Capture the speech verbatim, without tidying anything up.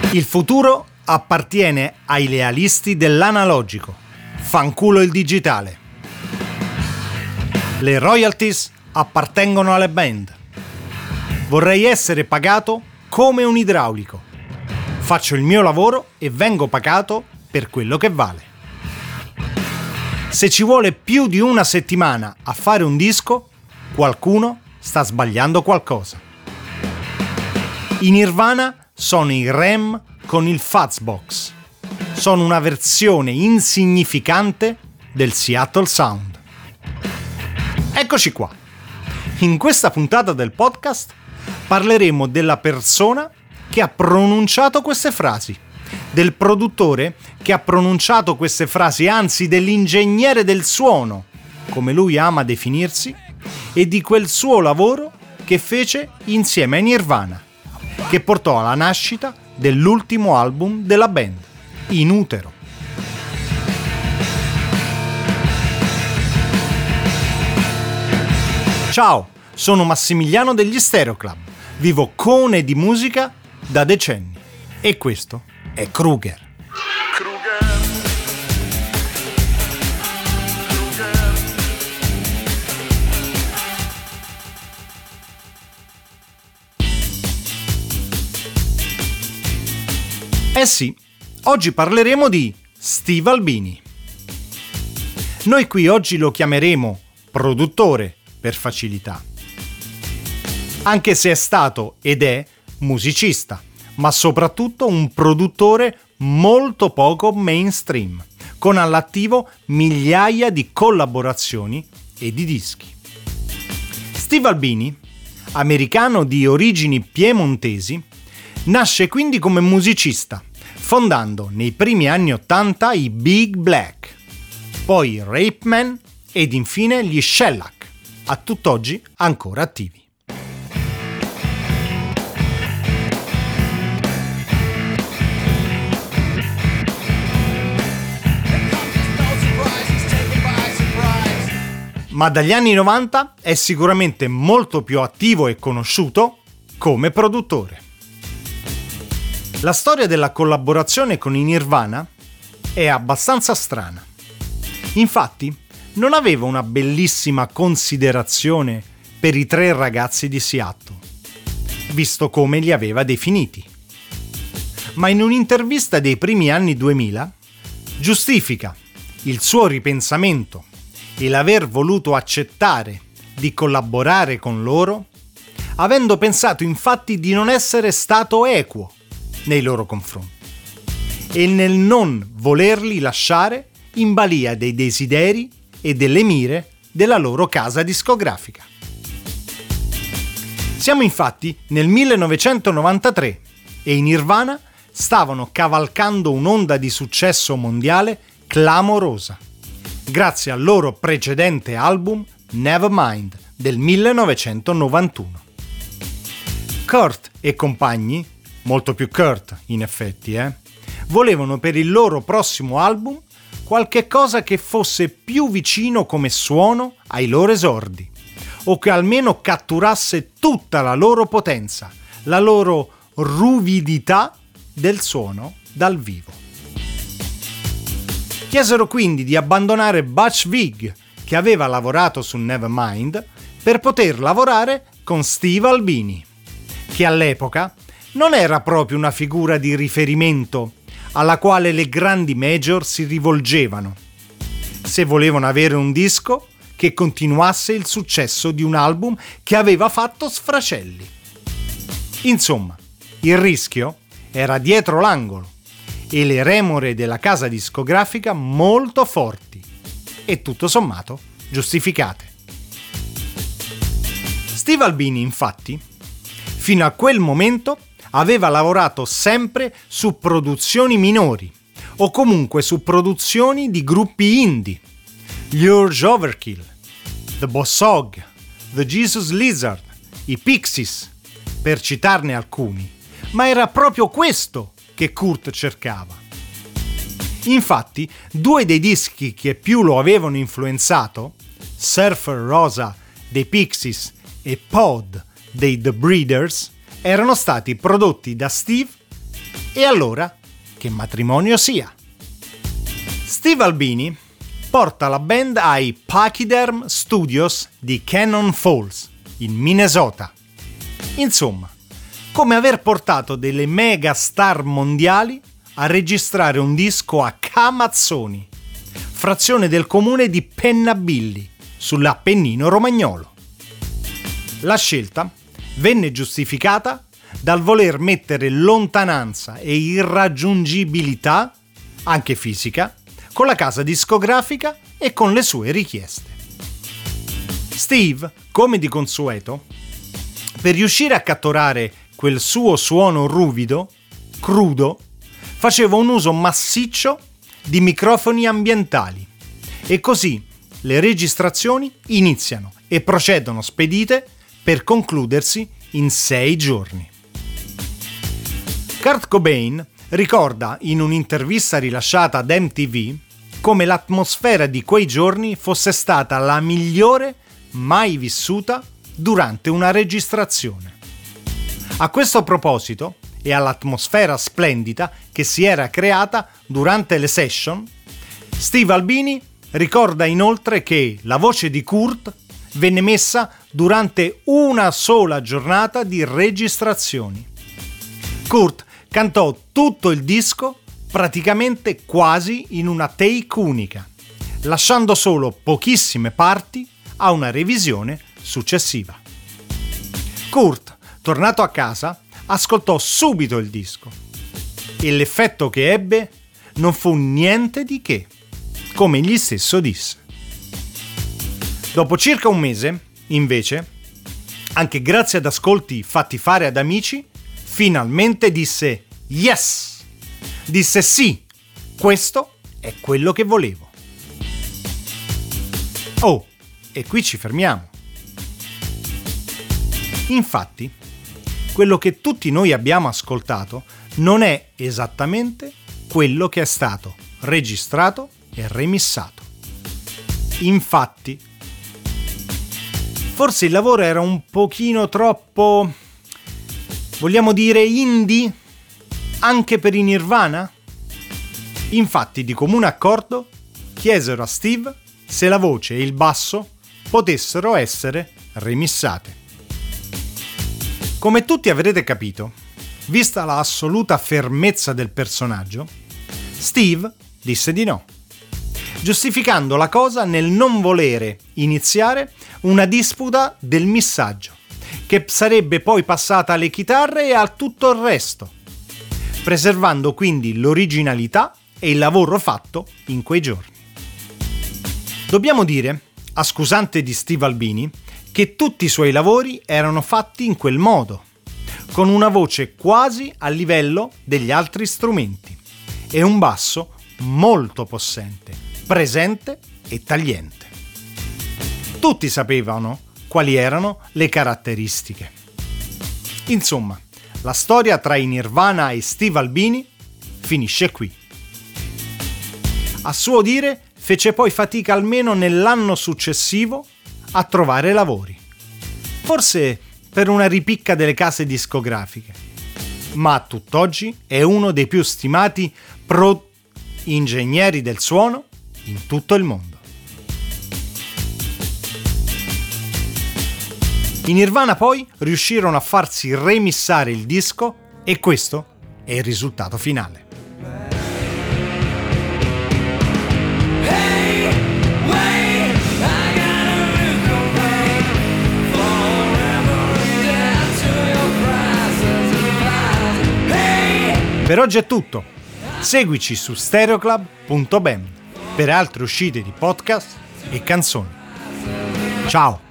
Il futuro appartiene ai lealisti dell'analogico. Fanculo il digitale. Le royalties appartengono alle band. Vorrei essere pagato come un idraulico. Faccio il mio lavoro e vengo pagato per quello che vale. Se ci vuole più di una settimana a fare un disco, qualcuno sta sbagliando qualcosa. I Nirvana sono i R E M con il Fuzz-Box. Sono una versione insignificante del Seattle Sound. Eccoci qua. In questa puntata del podcast parleremo della persona che ha pronunciato queste frasi, del produttore che ha pronunciato queste frasi, anzi dell'ingegnere del suono, come lui ama definirsi, e di quel suo lavoro che fece insieme ai Nirvana, che portò alla nascita dell'ultimo album della band, In Utero. Ciao, sono Massimiliano degli Stereo Club, vivo con e di musica da decenni e questo è Kruger. Eh sì, oggi parleremo di Steve Albini. Noi qui oggi lo chiameremo produttore per facilità, anche se è stato ed è musicista, ma soprattutto un produttore molto poco mainstream, con all'attivo migliaia di collaborazioni e di dischi. Steve Albini, americano di origini piemontesi, nasce quindi come musicista, fondando nei primi anni ottanta i Big Black, poi i Rape Man ed infine gli Shellac, a tutt'oggi ancora attivi. Ma dagli anni novanta è sicuramente molto più attivo e conosciuto come produttore. La storia della collaborazione con i Nirvana è abbastanza strana. Infatti, non aveva una bellissima considerazione per i tre ragazzi di Seattle, visto come li aveva definiti. Ma in un'intervista dei primi anni duemila giustifica il suo ripensamento e l'aver voluto accettare di collaborare con loro, avendo pensato infatti di non essere stato equo nei loro confronti e nel non volerli lasciare in balia dei desideri e delle mire della loro casa discografica. Siamo infatti nel millenovecentonovantatré e i Nirvana stavano cavalcando un'onda di successo mondiale clamorosa, grazie al loro precedente album Nevermind del millenovecentonovantuno. Kurt e compagni, molto più Kurt in effetti, eh, volevano per il loro prossimo album qualche cosa che fosse più vicino come suono ai loro esordi, o che almeno catturasse tutta la loro potenza, la loro ruvidità del suono dal vivo. Chiesero quindi di abbandonare Butch Vig, che aveva lavorato su Nevermind, per poter lavorare con Steve Albini, che all'epoca non era proprio una figura di riferimento alla quale le grandi major si rivolgevano, se volevano avere un disco che continuasse il successo di un album che aveva fatto sfracelli. Insomma, il rischio era dietro l'angolo e le remore della casa discografica molto forti e tutto sommato giustificate. Steve Albini, infatti, fino a quel momento aveva lavorato sempre su produzioni minori o comunque su produzioni di gruppi indie, gli Urge Overkill, The Boss Hog, The Jesus Lizard, i Pixies, per citarne alcuni, ma era proprio questo che Kurt cercava. Infatti, due dei dischi che più lo avevano influenzato, Surfer Rosa dei Pixies e Pod dei The Breeders, erano stati prodotti da Steve E allora, che matrimonio sia? Steve Albini porta la band ai Pachyderm Studios di Cannon Falls, in Minnesota. Insomma, come aver portato delle mega star mondiali a registrare un disco a Camazzoni, frazione del comune di Pennabilli, sull'Appennino romagnolo. La scelta venne giustificata dal voler mettere lontananza e irraggiungibilità, anche fisica, con la casa discografica e con le sue richieste. Steve, come di consueto, per riuscire a catturare quel suo suono ruvido, crudo, faceva un uso massiccio di microfoni ambientali e così le registrazioni iniziano e procedono spedite per concludersi in sei giorni. Kurt Cobain ricorda in un'intervista rilasciata ad M T V come l'atmosfera di quei giorni fosse stata la migliore mai vissuta durante una registrazione. A questo proposito e all'atmosfera splendida che si era creata durante le session, Steve Albini ricorda inoltre che la voce di Kurt venne messa durante una sola giornata di registrazioni. Kurt cantò tutto il disco praticamente quasi in una take unica, lasciando solo pochissime parti a una revisione successiva. Kurt, tornato a casa, ascoltò subito il disco e l'effetto che ebbe non fu niente di che, come egli stesso disse. Dopo circa un mese, invece, anche grazie ad ascolti fatti fare ad amici, finalmente disse yes! Disse sì, questo è quello che volevo. Oh, e qui ci fermiamo. Infatti, quello che tutti noi abbiamo ascoltato non è esattamente quello che è stato registrato e remissato. Infatti, forse il lavoro era un pochino troppo, vogliamo dire, indie, anche per i Nirvana? Infatti, di comune accordo, chiesero a Steve se la voce e il basso potessero essere remissate. Come tutti avrete capito, vista la assoluta fermezza del personaggio, Steve disse di no, giustificando la cosa nel non volere iniziare una disputa del missaggio, che sarebbe poi passata alle chitarre e a tutto il resto, preservando quindi l'originalità e il lavoro fatto in quei giorni. Dobbiamo dire, a scusante di Steve Albini, che tutti i suoi lavori erano fatti in quel modo, con una voce quasi a livello degli altri strumenti e un basso molto possente, presente e tagliente. Tutti sapevano quali erano le caratteristiche. Insomma, la storia tra i Nirvana e Steve Albini finisce qui. A suo dire, fece poi fatica almeno nell'anno successivo a trovare lavori. Forse per una ripicca delle case discografiche, ma a tutt'oggi è uno dei più stimati pro ingegneri del suono in tutto il mondo. I Nirvana poi riuscirono a farsi remissare il disco e questo è il risultato finale. Per oggi è tutto. Seguici su stereoclub punto band per altre uscite di podcast e canzoni. Ciao!